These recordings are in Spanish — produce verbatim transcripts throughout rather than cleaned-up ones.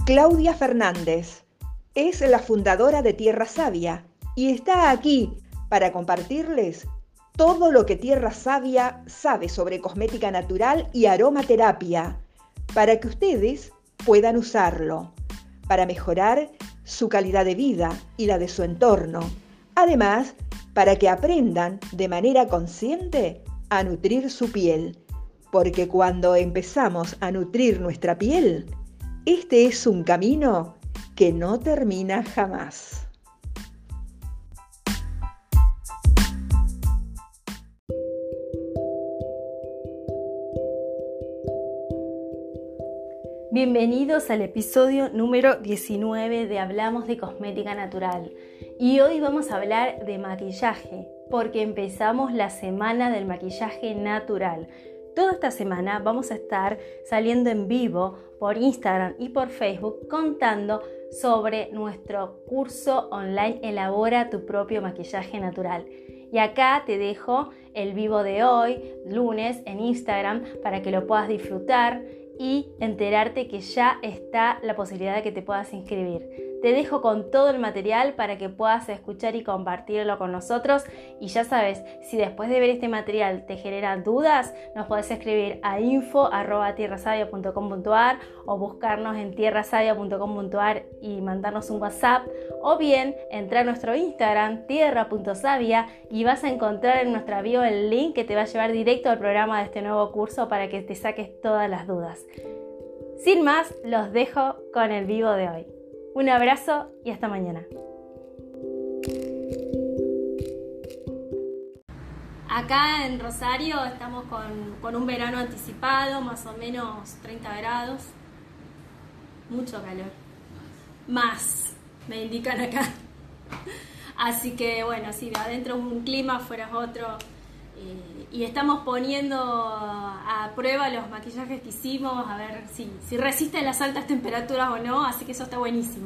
Claudia Fernández es la fundadora de Tierra Sabia y está aquí para compartirles todo lo que Tierra Sabia sabe sobre cosmética natural y aromaterapia, para que ustedes puedan usarlo, para mejorar su calidad de vida y la de su entorno. Además, para que aprendan de manera consciente a nutrir su piel, porque cuando empezamos a nutrir nuestra piel, este es un camino que no termina jamás. Bienvenidos al episodio número diecinueve de Hablamos de Cosmética Natural. Y hoy vamos a hablar de maquillaje, porque empezamos la semana del maquillaje natural. Toda esta semana vamos a estar saliendo en vivo por Instagram y por Facebook contando sobre nuestro curso online Elabora tu propio maquillaje natural. Y acá te dejo el vivo de hoy, lunes, en Instagram, para que lo puedas disfrutar y enterarte que ya está la posibilidad de que te puedas inscribir. Te dejo con todo el material para que puedas escuchar y compartirlo con nosotros. Y ya sabes, si después de ver este material te generan dudas, nos podés escribir a info arroba tierrasavia punto com punto a r o buscarnos en tierrasavia punto com punto a r y mandarnos un WhatsApp, o bien entrar a nuestro Instagram tierra punto savia y vas a encontrar en nuestra bio el link que te va a llevar directo al programa de este nuevo curso para que te saques todas las dudas. Sin más, los dejo con el vivo de hoy. Un abrazo y hasta mañana. Acá en Rosario estamos con, con un verano anticipado, más o menos treinta grados. Mucho calor. Más, me indican acá. Así que bueno, sí, de adentro es un clima, afuera es otro. Eh, y estamos poniendo a prueba los maquillajes que hicimos, a ver si, si resisten las altas temperaturas o no, así que eso está buenísimo.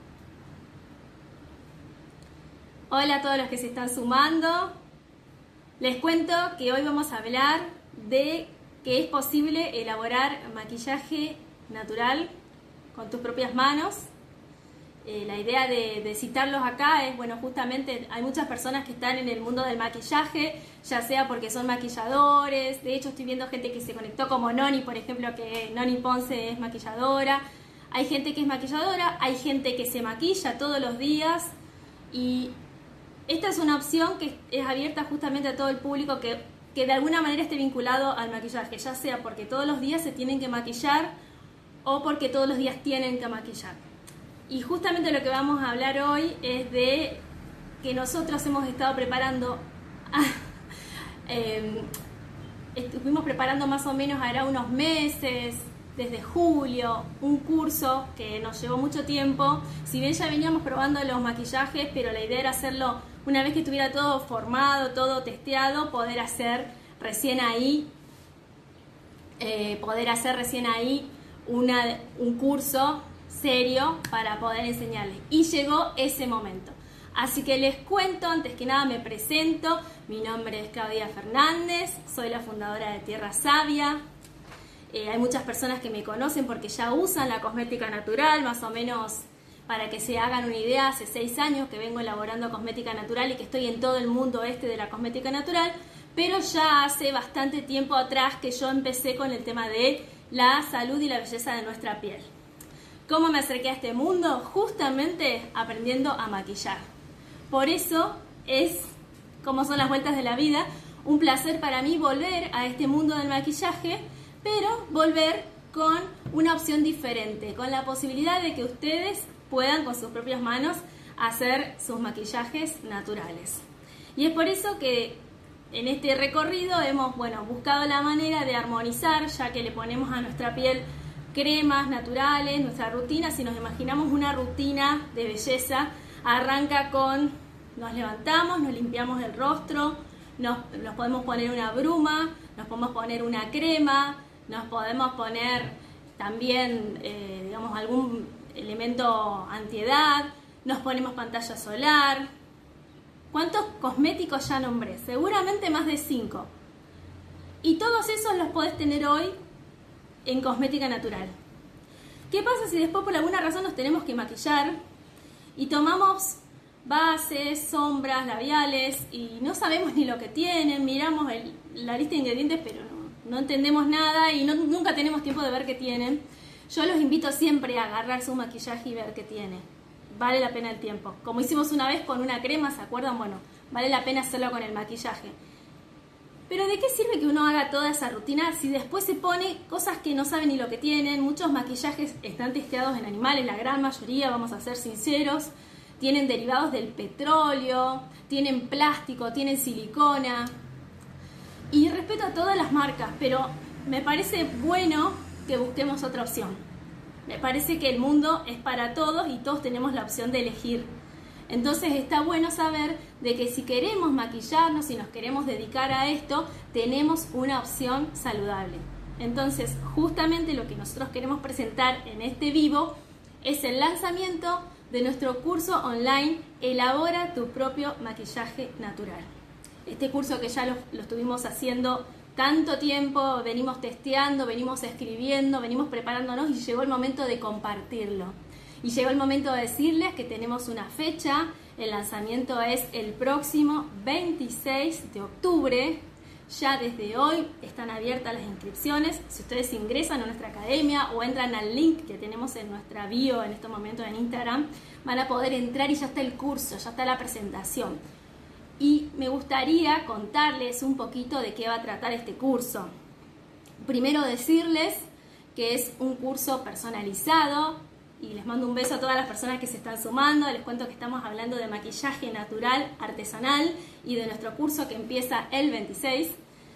Hola a todos los que se están sumando. Les cuento que hoy vamos a hablar de que es posible elaborar maquillaje natural con tus propias manos. Eh, la idea de, de citarlos acá es, bueno, justamente hay muchas personas que están en el mundo del maquillaje, ya sea porque son maquilladores. De hecho, estoy viendo gente que se conectó como Noni, por ejemplo, que Noni Ponce es maquilladora. Hay gente que es maquilladora, hay gente que se maquilla todos los días, y esta es una opción que es abierta justamente a todo el público que, que de alguna manera esté vinculado al maquillaje, ya sea porque todos los días se tienen que maquillar o porque todos los días tienen que maquillar. Y justamente lo que vamos a hablar hoy es de que nosotros hemos estado preparando, eh, estuvimos preparando más o menos ahora unos meses, desde julio, un curso que nos llevó mucho tiempo. Si bien ya veníamos probando los maquillajes, pero la idea era hacerlo una vez que estuviera todo formado, todo testeado, poder hacer recién ahí, eh, poder hacer recién ahí una, un curso serio para poder enseñarles, y llegó ese momento. Así que les cuento, antes que nada me presento. Mi nombre es Claudia Fernández, soy la fundadora de Tierra Sabia. Eh, hay muchas personas que me conocen porque ya usan la cosmética natural, más o menos, para que se hagan una idea, hace seis años que vengo elaborando cosmética natural y que estoy en todo el mundo este de la cosmética natural, pero ya hace bastante tiempo atrás que yo empecé con el tema de la salud y la belleza de nuestra piel. ¿Cómo me acerqué a este mundo? Justamente aprendiendo a maquillar. Por eso es, como son las vueltas de la vida, un placer para mí volver a este mundo del maquillaje, pero volver con una opción diferente, con la posibilidad de que ustedes puedan con sus propias manos hacer sus maquillajes naturales. Y es por eso que en este recorrido hemos, bueno, buscado la manera de armonizar, ya que le ponemos a nuestra piel cremas naturales, nuestra rutina. Si nos imaginamos una rutina de belleza, arranca con, nos levantamos, nos limpiamos el rostro, nos, nos podemos poner una bruma, nos podemos poner una crema, nos podemos poner también, eh, digamos, algún elemento antiedad, nos ponemos pantalla solar. ¿Cuántos cosméticos ya nombré? Seguramente más de cinco. Y todos esos los podés tener hoy en cosmética natural. ¿Qué pasa si después por alguna razón nos tenemos que maquillar y tomamos bases, sombras, labiales y no sabemos ni lo que tienen, miramos el, la lista de ingredientes pero no, no entendemos nada y no, nunca tenemos tiempo de ver qué tienen? Yo los invito siempre a agarrar su maquillaje y ver qué tiene. Vale la pena el tiempo. Como hicimos una vez con una crema, ¿se acuerdan? Bueno, vale la pena hacerlo con el maquillaje. Pero ¿de qué sirve que uno haga toda esa rutina si después se pone cosas que no saben ni lo que tienen? Muchos maquillajes están testeados en animales, la gran mayoría, vamos a ser sinceros. Tienen derivados del petróleo, tienen plástico, tienen silicona. Y respeto a todas las marcas, pero me parece bueno que busquemos otra opción. Me parece que el mundo es para todos y todos tenemos la opción de elegir. Entonces está bueno saber de que si queremos maquillarnos, si nos queremos dedicar a esto, tenemos una opción saludable. Entonces, justamente lo que nosotros queremos presentar en este vivo es el lanzamiento de nuestro curso online Elabora tu propio maquillaje natural. Este curso que ya lo, lo estuvimos haciendo tanto tiempo, venimos testeando, venimos escribiendo, venimos preparándonos y llegó el momento de compartirlo. Y llegó el momento de decirles que tenemos una fecha, el lanzamiento es el próximo veintiséis de octubre. Ya desde hoy están abiertas las inscripciones. Si ustedes ingresan a nuestra academia o entran al link que tenemos en nuestra bio en estos momentos en Instagram, van a poder entrar y ya está el curso, ya está la presentación. Y me gustaría contarles un poquito de qué va a tratar este curso. Primero decirles que es un curso personalizado y les mando un beso a todas las personas que se están sumando. Les cuento que estamos hablando de maquillaje natural, artesanal y de nuestro curso que empieza el veintiséis.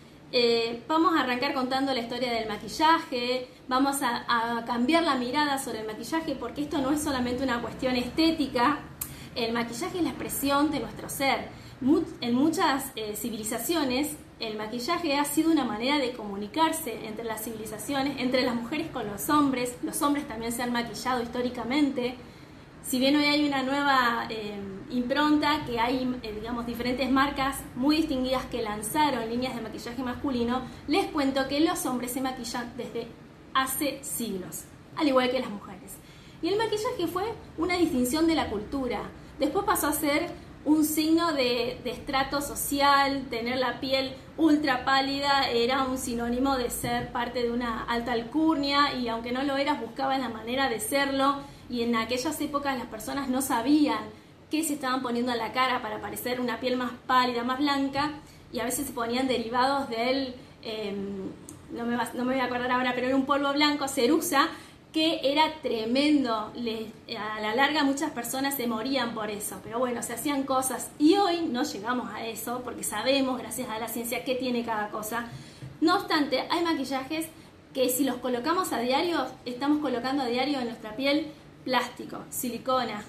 Eh, vamos a arrancar contando la historia del maquillaje, vamos a, a cambiar la mirada sobre el maquillaje porque esto no es solamente una cuestión estética. El maquillaje es la expresión de nuestro ser. En muchas eh, civilizaciones el maquillaje ha sido una manera de comunicarse entre las civilizaciones, entre las mujeres con los hombres. Los hombres también se han maquillado históricamente. Si bien hoy hay una nueva eh, impronta, que hay eh, digamos diferentes marcas muy distinguidas que lanzaron líneas de maquillaje masculino, les cuento que los hombres se maquillan desde hace siglos, al igual que las mujeres. Y el maquillaje fue una distinción de la cultura. Después pasó a ser un signo de, de estrato social. Tener la piel ultra pálida era un sinónimo de ser parte de una alta alcurnia y aunque no lo eras, buscabas la manera de serlo y en aquellas épocas las personas no sabían qué se estaban poniendo en la cara para parecer una piel más pálida, más blanca y a veces se ponían derivados del, eh, no, me va, no me voy a acordar ahora, pero era un polvo blanco, ceruza, que era tremendo. Le, a la larga muchas personas se morían por eso, pero bueno, se hacían cosas y hoy no llegamos a eso porque sabemos, gracias a la ciencia, qué tiene cada cosa. No obstante, hay maquillajes que si los colocamos a diario, estamos colocando a diario en nuestra piel plástico, silicona,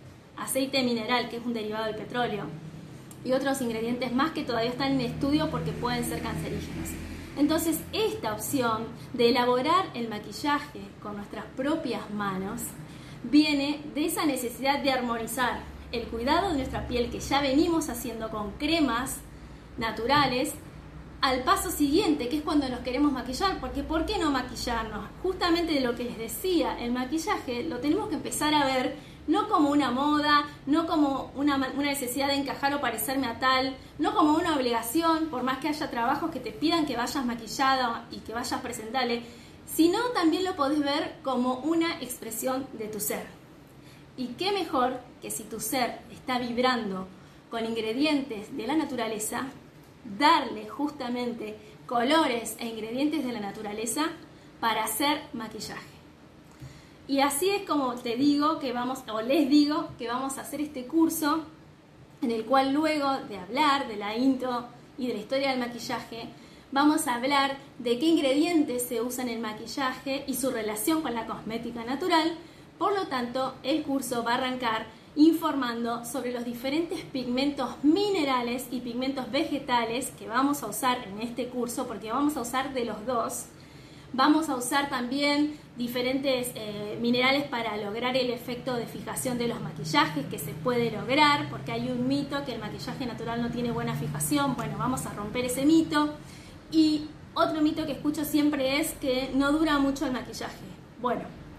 aceite mineral, que es un derivado del petróleo, y otros ingredientes más que todavía están en estudio porque pueden ser cancerígenos. Entonces, esta opción de elaborar el maquillaje con nuestras propias manos viene de esa necesidad de armonizar el cuidado de nuestra piel que ya venimos haciendo con cremas naturales al paso siguiente, que es cuando nos queremos maquillar. Porque ¿por qué no maquillarnos? Justamente de lo que les decía, el maquillaje lo tenemos que empezar a ver no como una moda, no como una, una necesidad de encajar o parecerme a tal, no como una obligación, por más que haya trabajos que te pidan que vayas maquillada y que vayas presentable, sino también lo podés ver como una expresión de tu ser. Y qué mejor que si tu ser está vibrando con ingredientes de la naturaleza, darle justamente colores e ingredientes de la naturaleza para hacer maquillaje. Y así es como te digo que vamos, o les digo que vamos a hacer este curso en el cual luego de hablar de la intro y de la historia del maquillaje, vamos a hablar de qué ingredientes se usan en el maquillaje y su relación con la cosmética natural. Por lo tanto, el curso va a arrancar informando sobre los diferentes pigmentos minerales y pigmentos vegetales que vamos a usar en este curso, porque vamos a usar de los dos. Vamos a usar también diferentes eh, minerales para lograr el efecto de fijación de los maquillajes que se puede lograr, porque hay un mito que el maquillaje natural no tiene buena fijación. Bueno, vamos a romper ese mito. Y otro mito que escucho siempre es que no dura mucho el maquillaje. Bueno,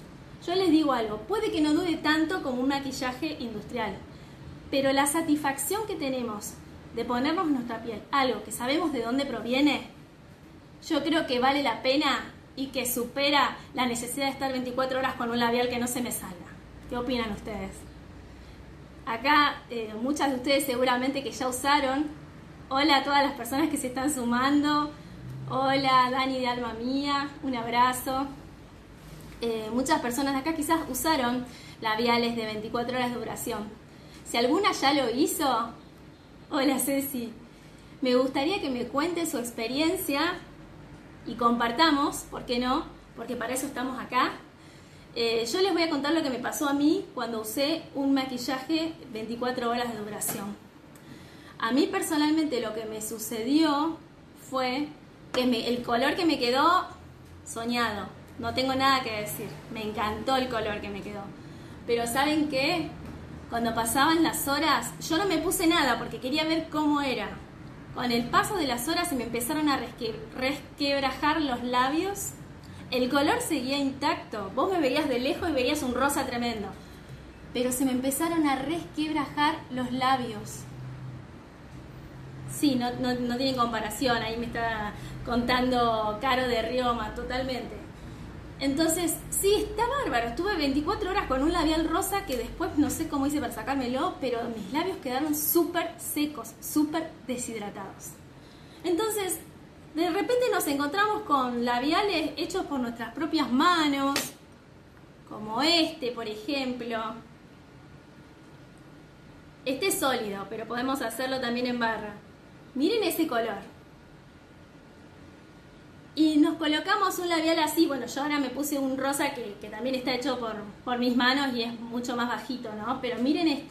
Yo les digo algo, puede que no dure tanto como un maquillaje industrial, pero la satisfacción que tenemos de ponernos en nuestra piel algo que sabemos de dónde proviene, yo creo que vale la pena y que supera la necesidad de estar veinticuatro horas con un labial que no se me salga. ¿Qué opinan ustedes? Acá eh, muchas de ustedes seguramente que ya usaron. Hola a todas las personas que se están sumando. Hola Dani de Alma Mía, un abrazo. Eh, muchas personas de acá quizás usaron labiales de veinticuatro horas de duración. Si alguna ya lo hizo, hola Ceci, me gustaría que me cuente su experiencia y compartamos, ¿por qué no? Porque para eso estamos acá. Eh, yo les voy a contar lo que me pasó a mí cuando usé un maquillaje veinticuatro horas de duración. A mí personalmente lo que me sucedió fue que me, el color que me quedó soñado. No tengo nada que decir. Me encantó el color que me quedó. Pero ¿saben qué? Cuando pasaban las horas, yo no me puse nada porque quería ver cómo era. Con el paso de las horas se me empezaron a resque, resquebrajar los labios. El color seguía intacto. Vos me veías de lejos y veías un rosa tremendo. Pero se me empezaron a resquebrajar los labios. Sí, no, no, no tienen comparación. Ahí me está contando Caro de Rioma, totalmente. Entonces, sí, está bárbaro. Estuve veinticuatro horas con un labial rosa que después no sé cómo hice para sacármelo, pero mis labios quedaron súper secos, súper deshidratados. Entonces, de repente nos encontramos con labiales hechos por nuestras propias manos, como este, por ejemplo. Este es sólido, pero podemos hacerlo también en barra. Miren ese color. Y nos colocamos un labial así. Bueno, yo ahora me puse un rosa que, que también está hecho por, por mis manos y es mucho más bajito, ¿no? Pero miren esto.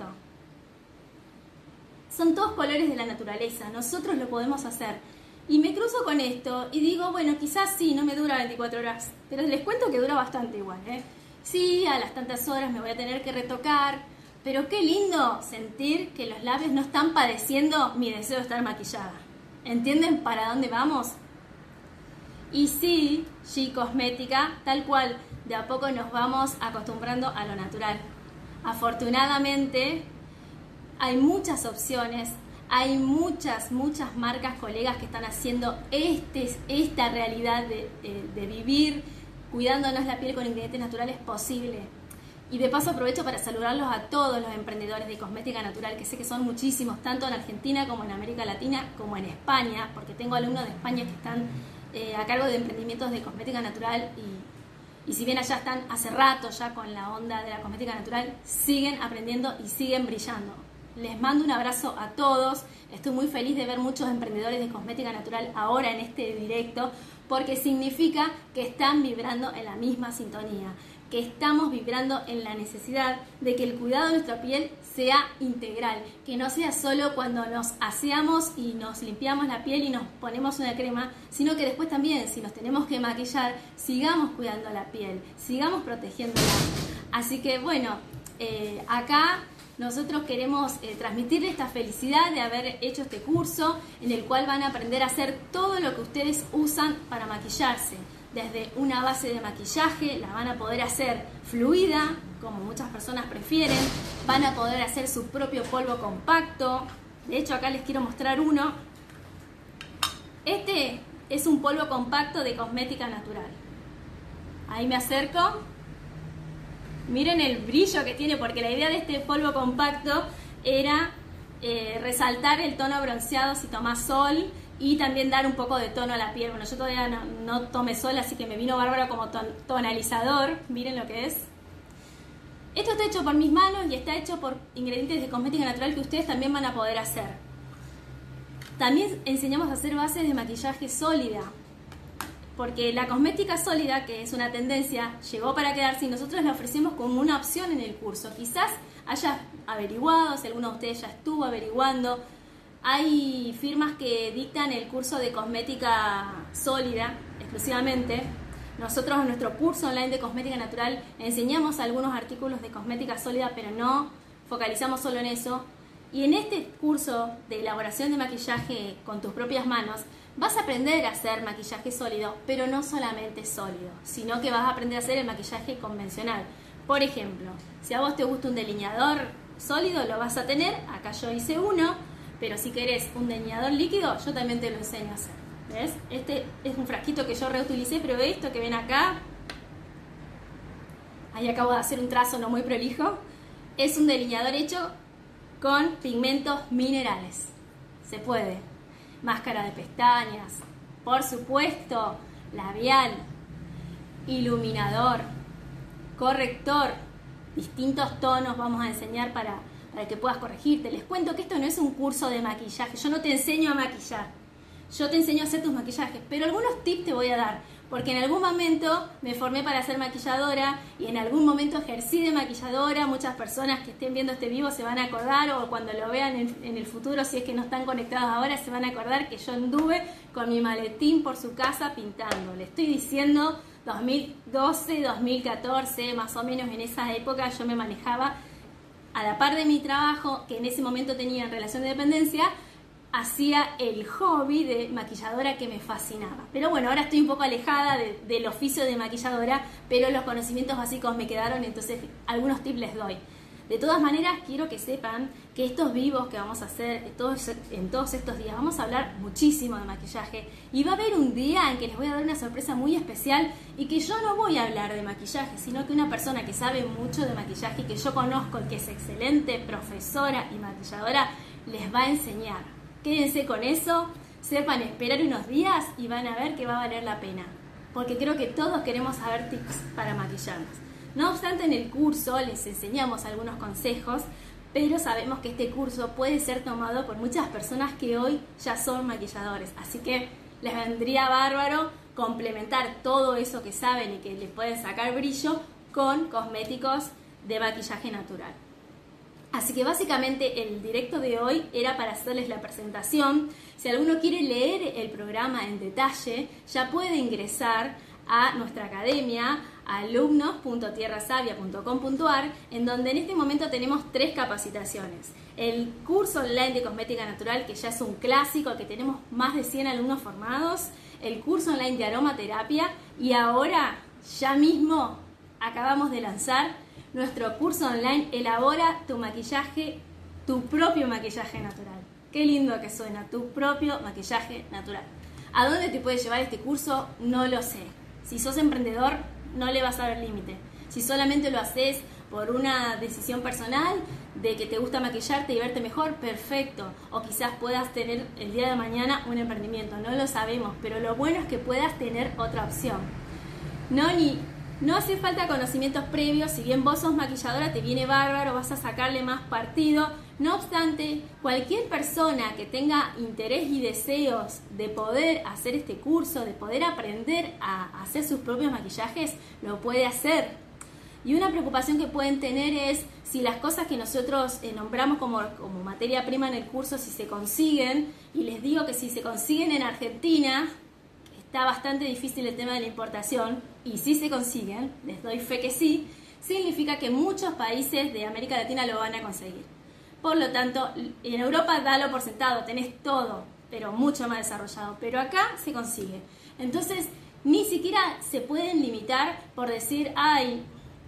Son todos colores de la naturaleza. Nosotros lo podemos hacer. Y me cruzo con esto y digo, bueno, quizás sí, no me dura veinticuatro horas. Pero les cuento que dura bastante igual, ¿eh? Sí, a las tantas horas me voy a tener que retocar. Pero qué lindo sentir que los labios no están padeciendo mi deseo de estar maquillada. ¿Entienden para dónde vamos? Y sí, G Cosmética, tal cual, de a poco nos vamos acostumbrando a lo natural. Afortunadamente, hay muchas opciones, hay muchas, muchas marcas, colegas que están haciendo este, esta realidad de, de, de vivir cuidándonos la piel con ingredientes naturales posible. Y de paso aprovecho para saludarlos a todos los emprendedores de cosmética natural, que sé que son muchísimos, tanto en Argentina como en América Latina, como en España, porque tengo alumnos de España que están eh, a cargo de emprendimientos de cosmética natural y, y si bien allá están hace rato ya con la onda de la cosmética natural, siguen aprendiendo y siguen brillando. Les mando un abrazo a todos, estoy muy feliz de ver muchos emprendedores de cosmética natural ahora en este directo, porque significa que están vibrando en la misma sintonía, que estamos vibrando en la necesidad de que el cuidado de nuestra piel sea integral, que no sea solo cuando nos aseamos y nos limpiamos la piel y nos ponemos una crema, sino que después también, si nos tenemos que maquillar, sigamos cuidando la piel, sigamos protegiéndola. Así que bueno, eh, acá nosotros queremos eh, transmitirles esta felicidad de haber hecho este curso en el cual van a aprender a hacer todo lo que ustedes usan para maquillarse. Desde una base de maquillaje, la van a poder hacer fluida, como muchas personas prefieren. Van a poder hacer su propio polvo compacto. De hecho, acá les quiero mostrar uno. Este es un polvo compacto de cosmética natural. Ahí me acerco. Miren el brillo que tiene, porque la idea de este polvo compacto era eh, resaltar el tono bronceado si tomás sol, y también dar un poco de tono a la piel. Bueno, yo todavía no, no tomé sol, así que me vino bárbaro como ton, tonalizador. Miren lo que es. Esto está hecho por mis manos y está hecho por ingredientes de cosmética natural que ustedes también van a poder hacer. También enseñamos a hacer bases de maquillaje sólida, porque la cosmética sólida, que es una tendencia, llegó para quedarse y nosotros la ofrecemos como una opción en el curso. Quizás hayas averiguado, si alguno de ustedes ya estuvo averiguando. Hay firmas que dictan el curso de cosmética sólida exclusivamente. Nosotros en nuestro curso online de cosmética natural enseñamos algunos artículos de cosmética sólida, pero no focalizamos solo en eso. Y en este curso de elaboración de maquillaje con tus propias manos vas a aprender a hacer maquillaje sólido, pero no solamente sólido, sino que vas a aprender a hacer el maquillaje convencional. Por ejemplo, si a vos te gusta un delineador sólido, lo vas a tener. Acá yo hice uno, pero si querés un delineador líquido, yo también te lo enseño a hacer. ¿Ves? Este es un frasquito que yo reutilicé, pero esto que ven acá, ahí acabo de hacer un trazo no muy prolijo, es un delineador hecho con pigmentos minerales. Se puede. Máscara de pestañas, por supuesto, labial, iluminador, corrector, distintos tonos vamos a enseñar para, para que puedas corregirte. Les cuento que esto no es un curso de maquillaje, yo no te enseño a maquillar, yo te enseño a hacer tus maquillajes, pero algunos tips te voy a dar, porque en algún momento me formé para ser maquilladora y en algún momento ejercí de maquilladora. Muchas personas que estén viendo este vivo se van a acordar, o cuando lo vean en, en el futuro, si es que no están conectados ahora, se van a acordar que yo anduve con mi maletín por su casa pintando. Le estoy diciendo dos mil doce, dos mil catorce, más o menos en esa época yo me manejaba a la par de mi trabajo, que en ese momento tenía en relación de dependencia. Hacía el hobby de maquilladora que me fascinaba. Pero bueno, ahora estoy un poco alejada de, del oficio de maquilladora, pero los conocimientos básicos me quedaron, entonces algunos tips les doy. De todas maneras, quiero que sepan que estos vivos que vamos a hacer en todos, en todos estos días, vamos a hablar muchísimo de maquillaje, y va a haber un día en que les voy a dar una sorpresa muy especial, y que yo no voy a hablar de maquillaje, sino que una persona que sabe mucho de maquillaje y que yo conozco y que es excelente profesora y maquilladora, les va a enseñar. Quédense con eso, sepan esperar unos días y van a ver que va a valer la pena, porque creo que todos queremos saber tips para maquillarnos. No obstante, en el curso les enseñamos algunos consejos, pero sabemos que este curso puede ser tomado por muchas personas que hoy ya son maquilladores, así que les vendría bárbaro complementar todo eso que saben y que les pueden sacar brillo con cosméticos de maquillaje natural. Así que básicamente el directo de hoy era para hacerles la presentación. Si alguno quiere leer el programa en detalle, ya puede ingresar a nuestra academia, alumnos punto tierra savia punto com punto a r, en donde en este momento tenemos tres capacitaciones. El curso online de cosmética natural, que ya es un clásico, que tenemos más de cien alumnos formados. El curso online de aromaterapia, y ahora, ya mismo, acabamos de lanzar nuestro curso online, Elabora tu maquillaje, tu propio maquillaje natural. Qué lindo que suena, tu propio maquillaje natural. ¿A dónde te puede llevar este curso? No lo sé. Si sos emprendedor, no le vas a dar límite. Si solamente lo haces por una decisión personal de que te gusta maquillarte y verte mejor, perfecto. O quizás puedas tener el día de mañana un emprendimiento, no lo sabemos, pero lo bueno es que puedas tener otra opción. No, ni... No hace falta conocimientos previos, si bien vos sos maquilladora te viene bárbaro, vas a sacarle más partido. No obstante, cualquier persona que tenga interés y deseos de poder hacer este curso, de poder aprender a hacer sus propios maquillajes, lo puede hacer. Y una preocupación que pueden tener es si las cosas que nosotros eh, nombramos como, como materia prima en el curso, si se consiguen, y les digo que si se consiguen en Argentina, está bastante difícil el tema de la importación, y si se consiguen, les doy fe que sí, significa que muchos países de América Latina lo van a conseguir. Por lo tanto, en Europa dalo por sentado, tenés todo, pero mucho más desarrollado, pero acá se consigue. Entonces, ni siquiera se pueden limitar por decir, ay,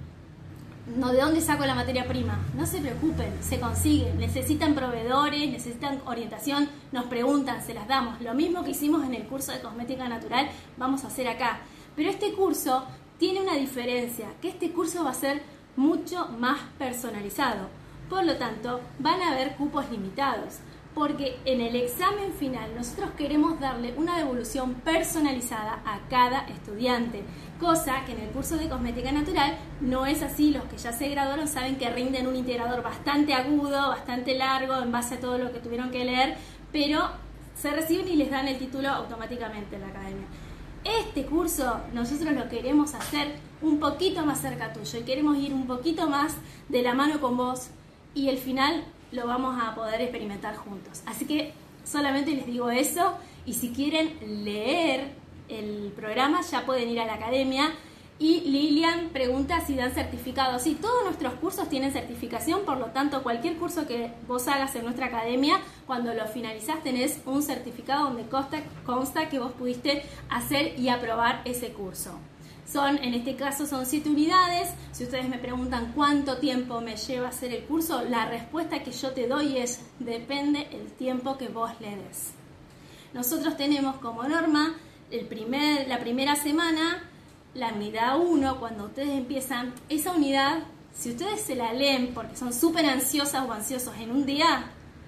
no, ¿de dónde saco la materia prima? No se preocupen, se consigue. Necesitan proveedores, necesitan orientación, nos preguntan, se las damos. Lo mismo que hicimos en el curso de cosmética natural, vamos a hacer acá. Pero este curso tiene una diferencia, que este curso va a ser mucho más personalizado. Por lo tanto, van a haber cupos limitados, porque en el examen final nosotros queremos darle una devolución personalizada a cada estudiante, cosa que en el curso de cosmética natural no es así. Los que ya se graduaron saben que rinden un integrador bastante agudo, bastante largo, en base a todo lo que tuvieron que leer, pero se reciben y les dan el título automáticamente en la academia. Este curso nosotros lo queremos hacer un poquito más cerca tuyo y queremos ir un poquito más de la mano con vos, y el final lo vamos a poder experimentar juntos. Así que solamente les digo eso, y si quieren leer el programa ya pueden ir a la academia. Y Lilian pregunta si dan certificados. Sí, todos nuestros cursos tienen certificación, por lo tanto cualquier curso que vos hagas en nuestra academia, cuando lo finalizás tenés un certificado donde consta, consta que vos pudiste hacer y aprobar ese curso. Son, en este caso son siete unidades. Si ustedes me preguntan cuánto tiempo me lleva hacer el curso, la respuesta que yo te doy es depende el tiempo que vos le des. Nosotros tenemos como norma el primer, la primera semana, la unidad uno, cuando ustedes empiezan, esa unidad, si ustedes se la leen porque son súper ansiosas o ansiosos en un día,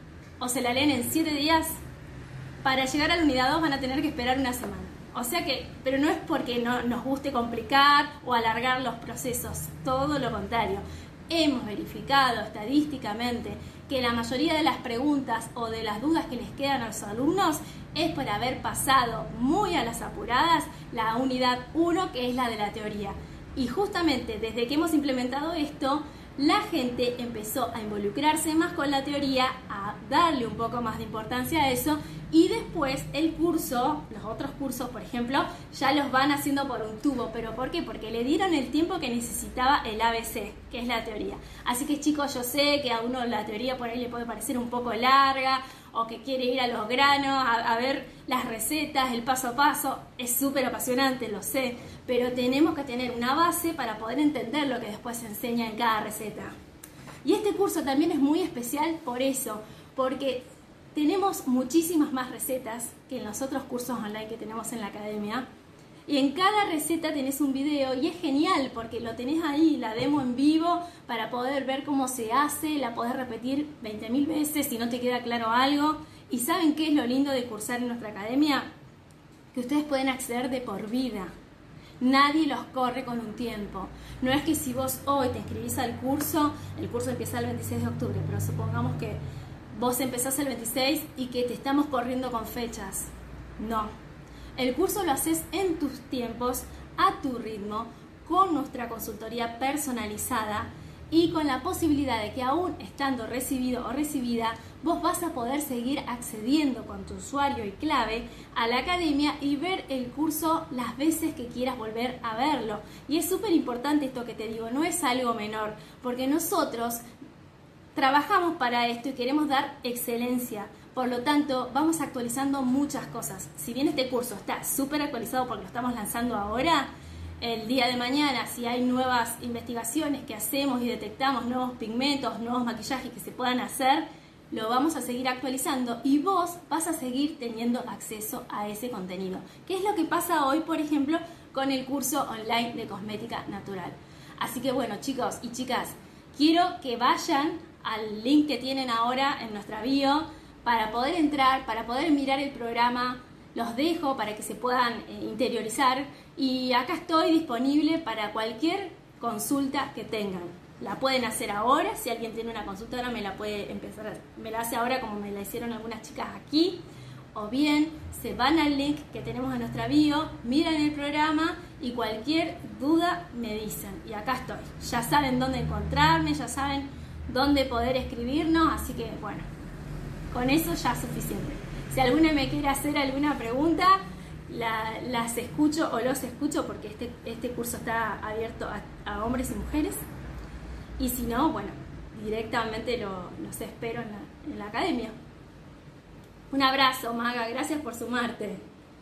o se la leen en siete días, para llegar a la unidad dos van a tener que esperar una semana. O sea que, pero no es porque no nos guste complicar o alargar los procesos, todo lo contrario. Hemos verificado estadísticamente que la mayoría de las preguntas o de las dudas que les quedan a los alumnos es por haber pasado muy a las apuradas la unidad uno, que es la de la teoría. Y justamente desde que hemos implementado esto, la gente empezó a involucrarse más con la teoría, a darle un poco más de importancia a eso, y después el curso, los otros cursos, por ejemplo, ya los van haciendo por un tubo. ¿Pero por qué? Porque le dieron el tiempo que necesitaba el A B C, que es la teoría. Así que, chicos, yo sé que a uno la teoría por ahí le puede parecer un poco larga, o que quiere ir a los granos, a, a ver las recetas, el paso a paso. Es súper apasionante, lo sé, pero tenemos que tener una base para poder entender lo que después se enseña en cada receta. Y este curso también es muy especial por eso, porque tenemos muchísimas más recetas que en los otros cursos online que tenemos en la academia. Y en cada receta tenés un video y es genial porque lo tenés ahí, la demo en vivo, para poder ver cómo se hace, la podés repetir veinte mil veces si no te queda claro algo. ¿Y saben qué es lo lindo de cursar en nuestra academia? Que ustedes pueden acceder de por vida. Nadie los corre con un tiempo. No es que si vos hoy te inscribís al curso, el curso empieza el veintiséis de octubre, pero supongamos que vos empezás el veintiséis y que te estamos corriendo con fechas. No. El curso lo haces en tus tiempos, a tu ritmo, con nuestra consultoría personalizada y con la posibilidad de que aún estando recibido o recibida, vos vas a poder seguir accediendo con tu usuario y clave a la academia y ver el curso las veces que quieras volver a verlo. Y es súper importante esto que te digo, no es algo menor, porque nosotros trabajamos para esto y queremos dar excelencia. Por lo tanto, vamos actualizando muchas cosas. Si bien este curso está súper actualizado porque lo estamos lanzando ahora, el día de mañana, si hay nuevas investigaciones que hacemos y detectamos nuevos pigmentos, nuevos maquillajes que se puedan hacer, lo vamos a seguir actualizando y vos vas a seguir teniendo acceso a ese contenido. ¿Qué es lo que pasa hoy, por ejemplo, con el curso online de cosmética natural? Así que bueno, chicos y chicas, quiero que vayan al link que tienen ahora en nuestra bio para poder entrar, para poder mirar el programa. Los dejo para que se puedan eh, interiorizar y acá estoy disponible para cualquier consulta que tengan. La pueden hacer ahora, si alguien tiene una consulta ahora me la puede empezar, a, me la hace ahora como me la hicieron algunas chicas aquí, o bien se van al link que tenemos en nuestra bio, miran el programa y cualquier duda me dicen. Y acá estoy, ya saben dónde encontrarme, ya saben dónde poder escribirnos, así que bueno, con eso ya es suficiente. Si alguna me quiere hacer alguna pregunta, la, las escucho o los escucho porque este, este curso está abierto a, a hombres y mujeres. Y si no, bueno, directamente lo, los espero en la, en la academia. Un abrazo, Maga, gracias por sumarte.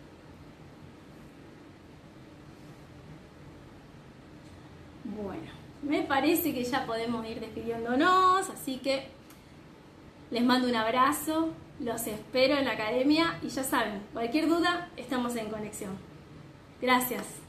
Bueno, me parece que ya podemos ir despidiéndonos, así que les mando un abrazo. Los espero en la academia y ya saben, cualquier duda, estamos en conexión. Gracias.